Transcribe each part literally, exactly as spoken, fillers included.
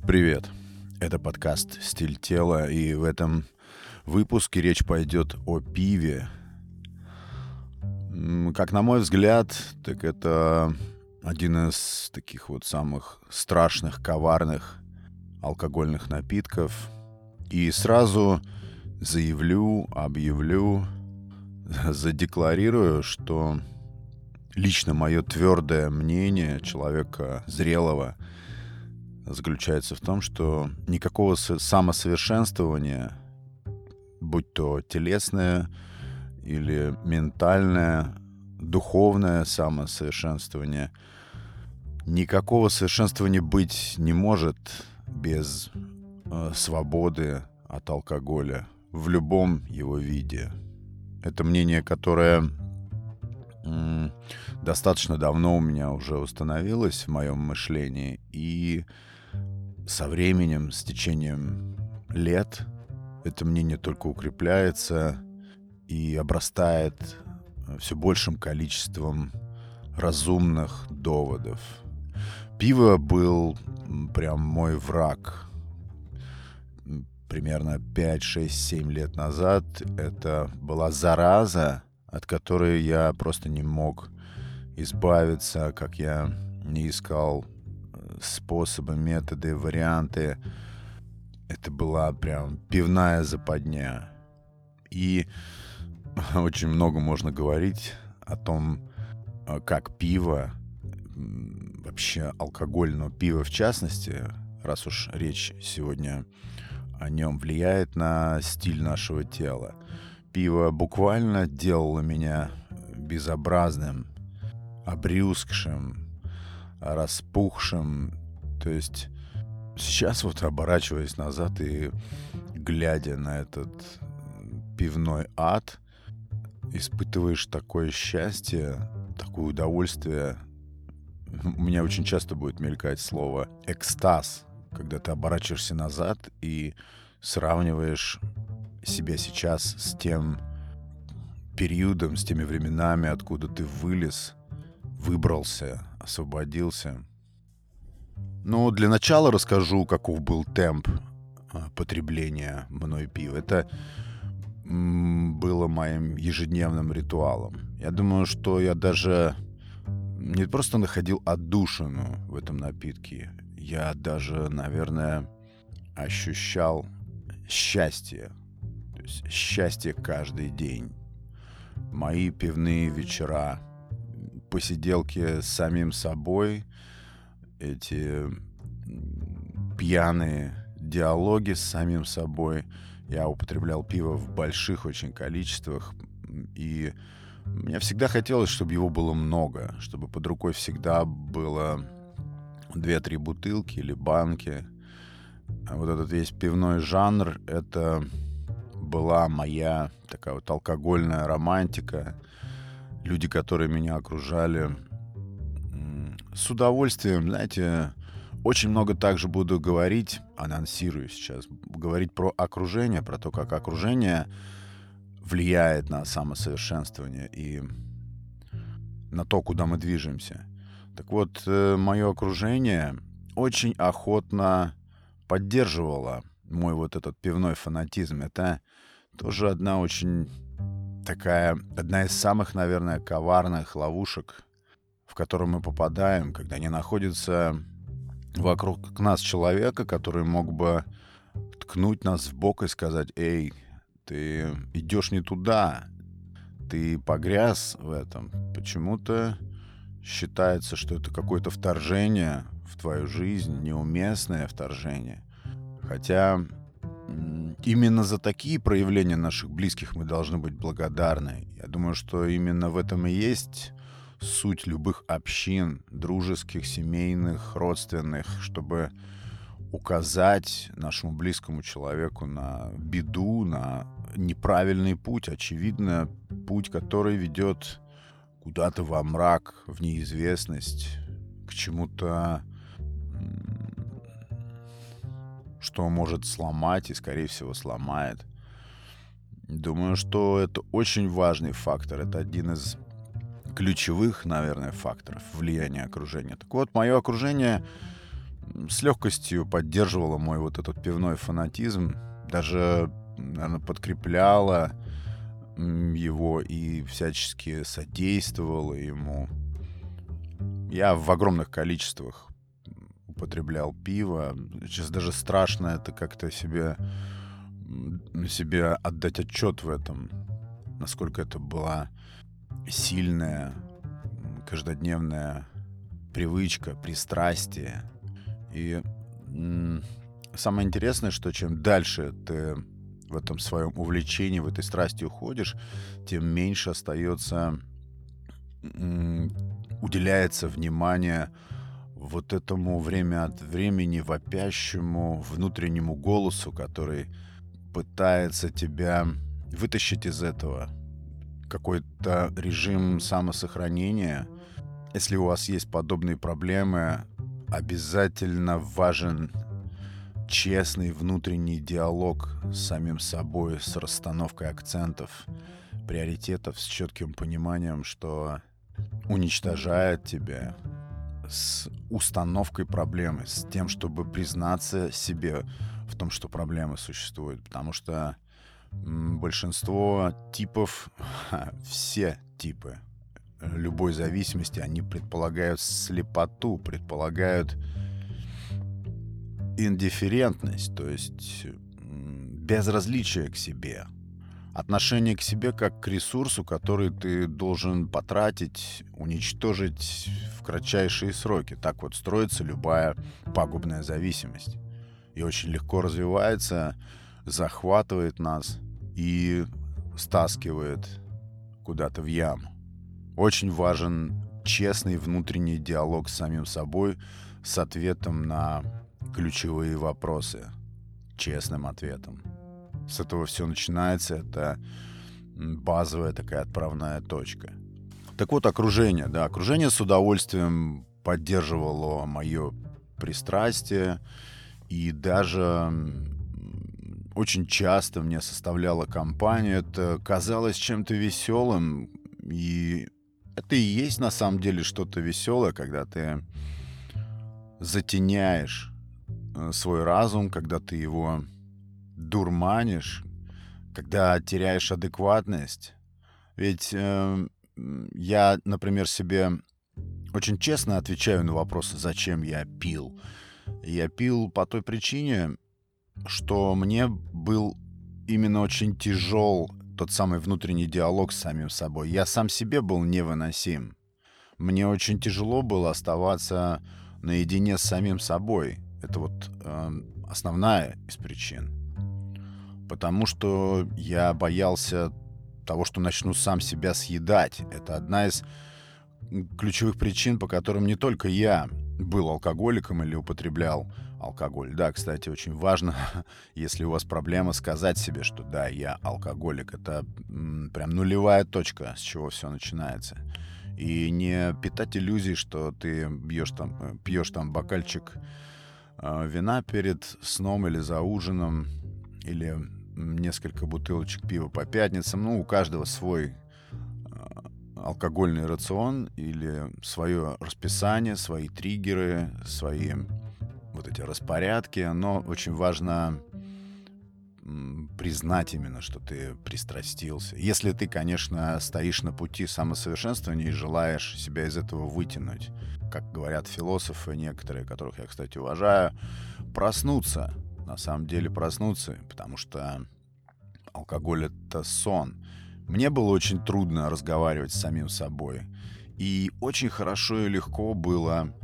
Привет, это подкаст «Стиль тела», и в этом выпуске речь пойдет о пиве. М, Как на мой взгляд, так это один из таких вот самых страшных, коварных алкогольных напитков. И сразу заявлю, объявлю, задекларирую, что лично мое твердое мнение человека зрелого заключается в том, что никакого с- самосовершенствования, будь то телесное или ментальное, духовное самосовершенствование, никакого совершенствования быть не может без э, свободы от алкоголя в любом его виде. Это мнение, которое м, достаточно давно у меня уже установилось в моем мышлении, и со временем, с течением лет, это мнение только укрепляется и обрастает все большим количеством разумных доводов. Пиво был м, прям мой враг. М, Примерно пять, шесть, семь лет назад это была зараза, от которой я просто не мог избавиться, как я не искал э, способы, методы, варианты. Это была прям пивная западня. И очень много можно говорить о том, а, как пиво, м, вообще алкоголь, но пиво в частности, раз уж речь сегодня о нем, влияет на стиль нашего тела. Пиво буквально делало меня безобразным, обрюзгшим, распухшим. То есть сейчас вот, оборачиваясь назад и глядя на этот пивной ад, испытываешь такое счастье, такое удовольствие. У меня очень часто будет мелькать слово «экстаз», когда ты оборачиваешься назад и сравниваешь себя сейчас с тем периодом, с теми временами, откуда ты вылез, выбрался, освободился. Ну, для начала расскажу, каков был темп а, потребления мной пива. Это м, было моим ежедневным ритуалом. Я думаю, что я даже не просто находил отдушину в этом напитке, я даже, наверное, ощущал счастье. То есть счастье каждый день. Мои пивные вечера, посиделки с самим собой, эти м, пьяные диалоги с самим собой. Я употреблял пиво в больших очень количествах, и мне всегда хотелось, чтобы его было много, чтобы под рукой всегда было две-три бутылки или банки. А вот этот весь пивной жанр — это была моя такая вот алкогольная романтика. Люди, которые меня окружали, м, с удовольствием, знаете, очень много также буду говорить, анонсирую сейчас, говорить про окружение, про то, как окружение влияет на самосовершенствование и на то, куда мы движемся. Так вот, э, мое окружение очень охотно поддерживало мой вот этот пивной фанатизм. Это тоже одна очень такая, одна из самых, наверное, коварных ловушек, в которую мы попадаем, когда не находится вокруг нас человека, который мог бы ткнуть нас в бок и сказать: «Эй, ты идешь не туда, ты погряз в этом». Почему-то считается, что это какое-то вторжение в твою жизнь, неуместное вторжение. Хотя м, именно за такие проявления наших близких мы должны быть благодарны. Я думаю, что именно в этом и есть суть любых общин, дружеских, семейных, родственных, чтобы указать нашему близкому человеку на беду, на неправильный путь, очевидно, путь, который ведет куда-то во мрак, в неизвестность, к чему-то, м, что может сломать и, скорее всего, сломает. Думаю, что это очень важный фактор. Это один из ключевых, наверное, факторов влияния окружения. Так вот, мое окружение с легкостью поддерживала мой вот этот пивной фанатизм, даже, наверно, подкрепляла м, его и всячески содействовала ему. Я в огромных количествах употреблял пиво. Сейчас даже страшно это как-то себе, м, себе отдать отчет в этом, насколько это была сильная, м, каждодневная привычка, пристрастие. И м, самое интересное, что чем дальше ты в этом своем увлечении, в этой страсти уходишь, тем меньше остается, м, уделяется внимание вот этому время от времени вопящему внутреннему голосу, который пытается тебя вытащить из этого. Какой-то режим самосохранения. Если у вас есть подобные проблемы, обязательно важен честный внутренний диалог с самим собой, с расстановкой акцентов, приоритетов, с четким пониманием, что уничтожает тебя, с установкой проблемы, с тем, чтобы признаться себе в том, что проблемы существуют. Потому что м, большинство типов, все типы любой зависимости, они предполагают слепоту, предполагают индифферентность, то есть м, безразличие к себе. Отношение к себе как к ресурсу, который ты должен потратить, уничтожить в кратчайшие сроки. Так вот строится любая пагубная зависимость. И очень легко развивается, захватывает нас и стаскивает куда-то в яму. Очень важен честный внутренний диалог с самим собой, с ответом на ключевые вопросы. Честным ответом. С этого все начинается. Это базовая такая отправная точка. Так вот, окружение. Да, окружение с удовольствием поддерживало мое пристрастие. И даже м, очень часто мне составляла компанию. Это казалось чем-то веселым. И это и есть на самом деле что-то веселое, когда ты затеняешь э, свой разум, когда ты его дурманишь, когда теряешь адекватность. Ведь э, м, я, например, себе очень честно отвечаю на вопрос, зачем я пил. Я пил по той причине, что мне был именно очень тяжел тот самый внутренний диалог с самим собой. Я сам себе был невыносим. Мне очень тяжело было оставаться наедине с самим собой. Это вот э, основная из причин. Потому что я боялся того, что начну сам себя съедать. Это одна из ключевых причин, по которым не только я был алкоголиком или употреблял алкоголь. Да, кстати, очень важно, если у вас проблема, сказать себе, что да, я алкоголик. Это м, прям нулевая точка, с чего все начинается. И не питать иллюзий, что ты бьешь там, э, пьешь там бокальчик э, вина перед сном или за ужином, или м, несколько бутылочек пива по пятницам. Ну, у каждого свой э, алкогольный рацион или свое расписание, свои триггеры, свои вот эти распорядки. Но очень важно м, признать именно, что ты пристрастился. Если ты, конечно, стоишь на пути самосовершенствования и желаешь себя из этого вытянуть. Как говорят философы некоторые, которых я, кстати, уважаю, проснуться. На самом деле проснуться, потому что алкоголь — это сон. Мне было очень трудно разговаривать с самим собой. И очень хорошо и легко было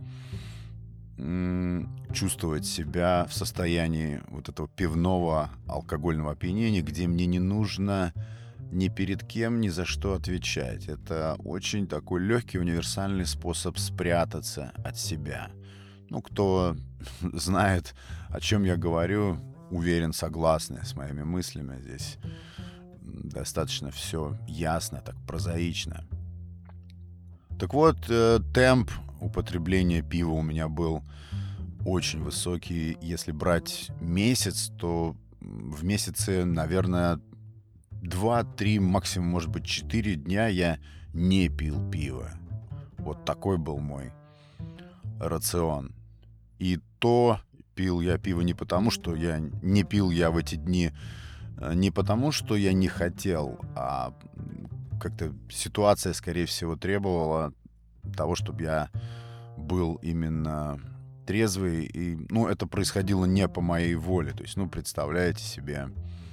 м, чувствовать себя в состоянии вот этого пивного алкогольного опьянения, где мне не нужно ни перед кем, ни за что отвечать. Это очень такой легкий, универсальный способ спрятаться от себя. Ну, кто знает, о чем я говорю, уверен, согласны с моими мыслями. Здесь достаточно все ясно, так прозаично. Так вот, э, темп употребления пива у меня был очень высокий. Если брать месяц, то в месяце, наверное, два-три, максимум, может быть, четыре дня я не пил пиво. Вот такой был мой рацион. И то пил я пиво не потому, что я не пил я в эти дни, э, не потому, что я не хотел, а м, как-то ситуация, скорее всего, требовала того, чтобы я был именно трезвый. И, ну, это происходило не по моей воле. То есть, ну, представляете себе,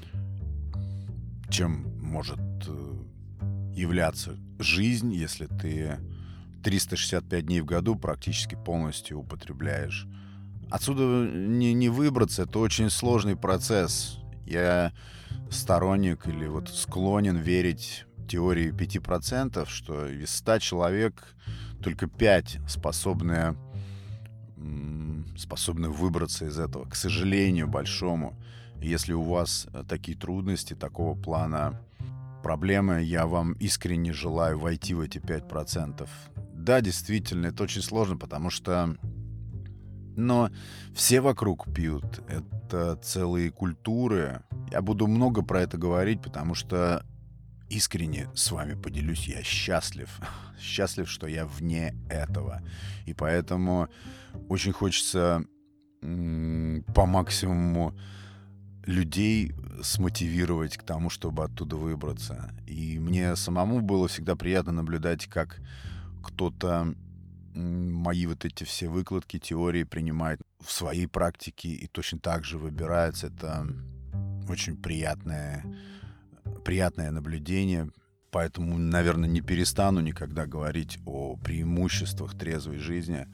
чем может э, являться жизнь, если ты триста шестьдесят пять дней в году практически полностью употребляешь. Отсюда не, не выбраться, это очень сложный процесс. Я сторонник или вот склонен верить теории пяти процентов, что из ста человек только пять способны, м, способны выбраться из этого, к сожалению, большому. Если у вас э, такие трудности, такого плана проблемы, я вам искренне желаю войти в эти пять процентов. Да, действительно, это очень сложно, потому что... Но все вокруг пьют. Это целые культуры. Я буду много про это говорить, потому что искренне с вами поделюсь, я счастлив. Счастлив, что я вне этого. И поэтому очень хочется м, по максимуму людей смотивировать к тому, чтобы оттуда выбраться. И мне самому было всегда приятно наблюдать, как кто-то м, мои вот эти все выкладки, теории принимает в своей практике и точно так же выбирается. Это очень приятное, приятное наблюдение. Поэтому, наверное, не перестану никогда говорить о преимуществах трезвой жизни.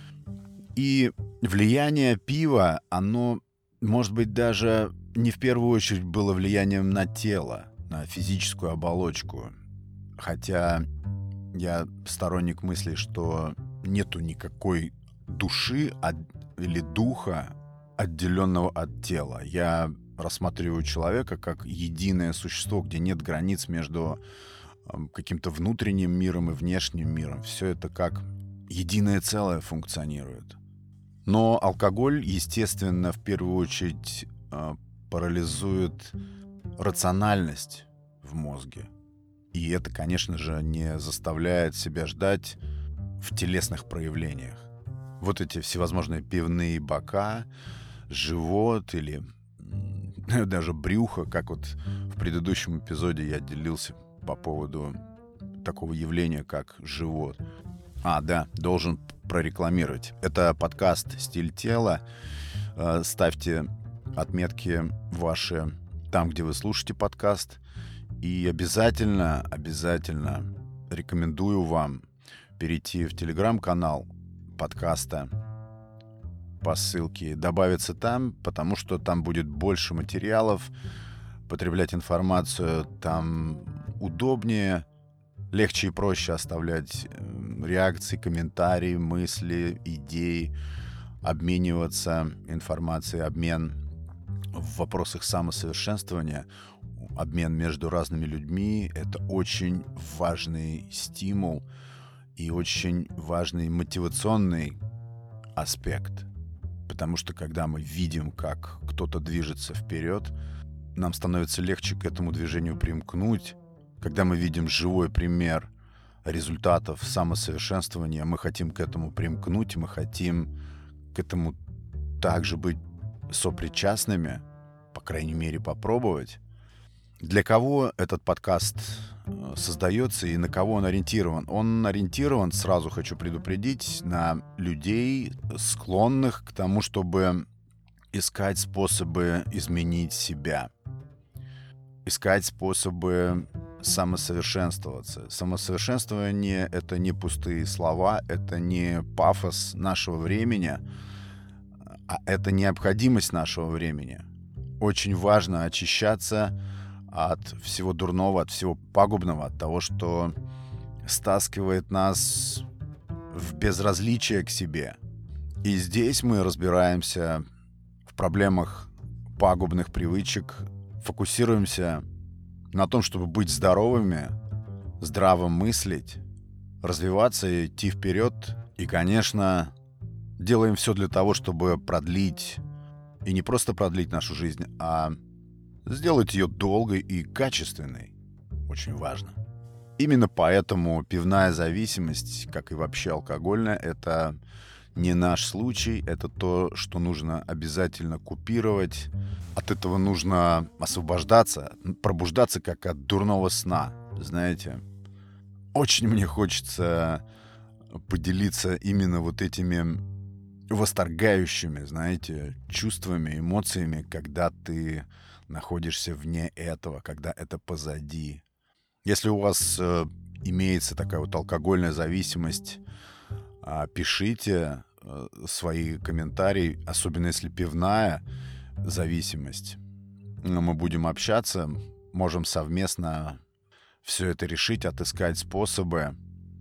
И влияние пива, оно, может быть, даже не в первую очередь было влиянием на тело, на физическую оболочку. Хотя я сторонник мысли, что нету никакой души от- или духа, отделенного от тела. Я рассматриваю человека как единое существо, где нет границ между ам, каким-то внутренним миром и внешним миром. Все это как единое целое функционирует. Но алкоголь, естественно, в первую очередь а, парализует рациональность в мозге. И это, конечно же, не заставляет себя ждать в телесных проявлениях. Вот эти всевозможные пивные бока, живот или м, даже брюхо, как вот в предыдущем эпизоде я делился по поводу такого явления, как живот. А, да, должен прорекламировать. Это подкаст «Стиль тела». Э, Ставьте отметки ваши там, где вы слушаете подкаст. И обязательно, обязательно рекомендую вам перейти в телеграм-канал подкаста по ссылке, добавиться там, потому что там будет больше материалов, потреблять информацию там удобнее, легче и проще оставлять э, реакции, комментарии, мысли, идеи, обмениваться информацией, обмен в вопросах самосовершенствования, обмен между разными людьми — это очень важный стимул и очень важный мотивационный аспект. Потому что когда мы видим, как кто-то движется вперед, нам становится легче к этому движению примкнуть. Когда мы видим живой пример результатов самосовершенствования, мы хотим к этому примкнуть, мы хотим к этому также быть сопричастными, по крайней мере, попробовать. Для кого этот подкаст э, создается и на кого он ориентирован? Он ориентирован, сразу хочу предупредить, на людей, склонных к тому, чтобы искать способы изменить себя, искать способы самосовершенствоваться. Самосовершенствование — это не пустые слова, это не пафос нашего времени, а это необходимость нашего времени. Очень важно очищаться от всего дурного, от всего пагубного, от того, что стаскивает нас в безразличие к себе. И здесь мы разбираемся в проблемах пагубных привычек, фокусируемся на том, чтобы быть здоровыми, здраво мыслить, развиваться и идти вперед. И, конечно, делаем все для того, чтобы продлить, и не просто продлить нашу жизнь, а сделать ее долгой и качественной. Очень важно. Именно поэтому пивная зависимость, как и вообще алкогольная, это не наш случай. Это то, что нужно обязательно купировать. От этого нужно освобождаться, пробуждаться как от дурного сна. Знаете, очень мне хочется поделиться именно вот этими восторгающими, знаете, чувствами, эмоциями, когда ты находишься вне этого, когда это позади. Если у вас э, имеется такая вот алкогольная зависимость, а, пишите э, свои комментарии, особенно если пивная зависимость. Ну, мы будем общаться, можем совместно все это решить, отыскать способы.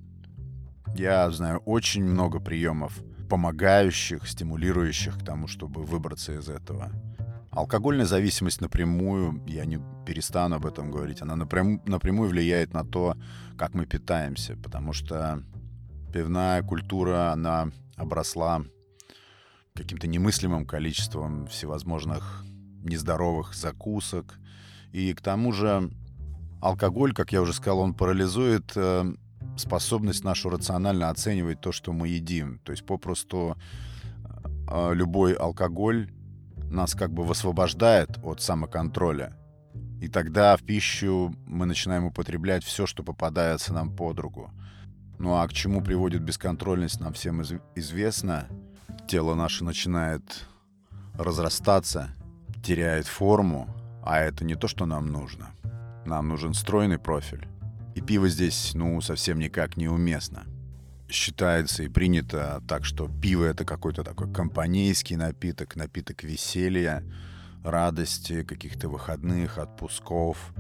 Я знаю очень много приемов, помогающих, стимулирующих к тому, чтобы выбраться из этого. Алкогольная зависимость напрямую, я не перестану об этом говорить, она напрямую, напрямую влияет на то, как мы питаемся, потому что пивная культура, она обросла каким-то немыслимым количеством всевозможных нездоровых закусок. И к тому же алкоголь, как я уже сказал, он парализует э, способность нашу рационально оценивать то, что мы едим. То есть попросту э, любой алкоголь нас как бы высвобождает от самоконтроля. И тогда в пищу мы начинаем употреблять все, что попадается нам под руку. Ну а к чему приводит бесконтрольность, нам всем из- известно. Тело наше начинает разрастаться, теряет форму, а это не то, что нам нужно. Нам нужен стройный профиль. И пиво здесь, ну, совсем никак неуместно. Считается и принято так, что пиво — это какой-то такой компанейский напиток, напиток веселья, радости, каких-то выходных, отпусков.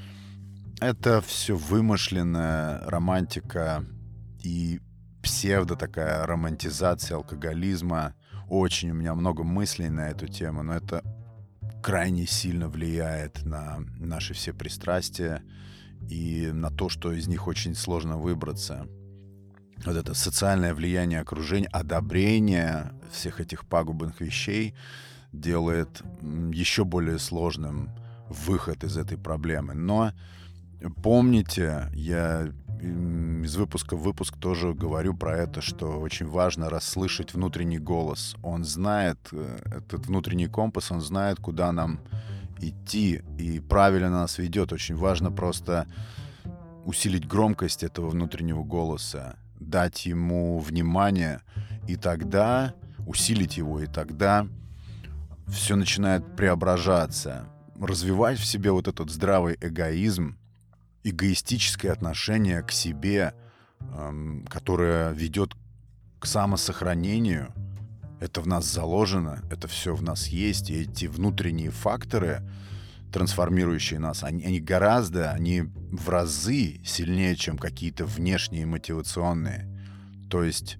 Это все вымышленная романтика и псевдо такая романтизация алкоголизма. Очень у меня много мыслей на эту тему, но это крайне сильно влияет на наши все пристрастия и на то, что из них очень сложно выбраться. Вот это социальное влияние окружения, одобрение всех этих пагубных вещей делает еще более сложным выход из этой проблемы. Но помните, я из выпуска в выпуск тоже говорю про это, что очень важно расслышать внутренний голос. Он знает, этот внутренний компас, он знает, куда нам идти и правильно нас ведет. Очень важно просто усилить громкость этого внутреннего голоса, дать ему внимание, и тогда усилить его, и тогда все начинает преображаться. Развивать в себе вот этот здравый эгоизм, эгоистическое отношение к себе, эм, которое ведет к самосохранению. Это в нас заложено, это все в нас есть, и эти внутренние факторы, трансформирующие нас, они, они гораздо, они в разы сильнее, чем какие-то внешние мотивационные. То есть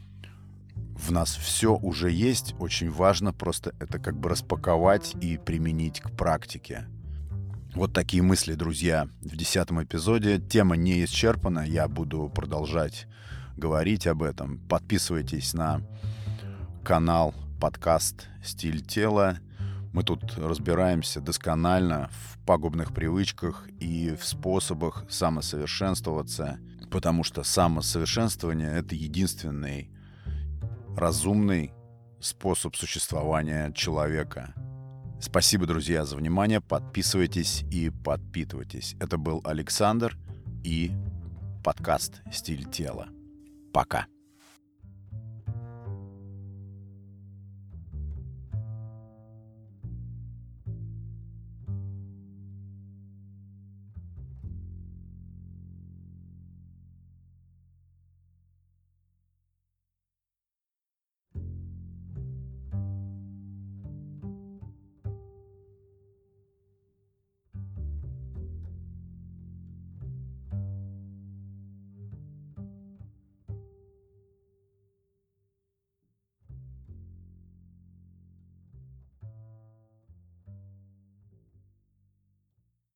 в нас все уже есть, очень важно просто это как бы распаковать и применить к практике. Вот такие мысли, друзья, в десятом эпизоде. Тема не исчерпана, я буду продолжать говорить об этом. Подписывайтесь на канал подкаст «Стиль тела». Мы тут разбираемся досконально в пагубных привычках и в способах самосовершенствоваться, потому что самосовершенствование — это единственный разумный способ существования человека. Спасибо, друзья, за внимание. Подписывайтесь и подпитывайтесь. Это был Александр и подкаст «Стиль тела». Пока.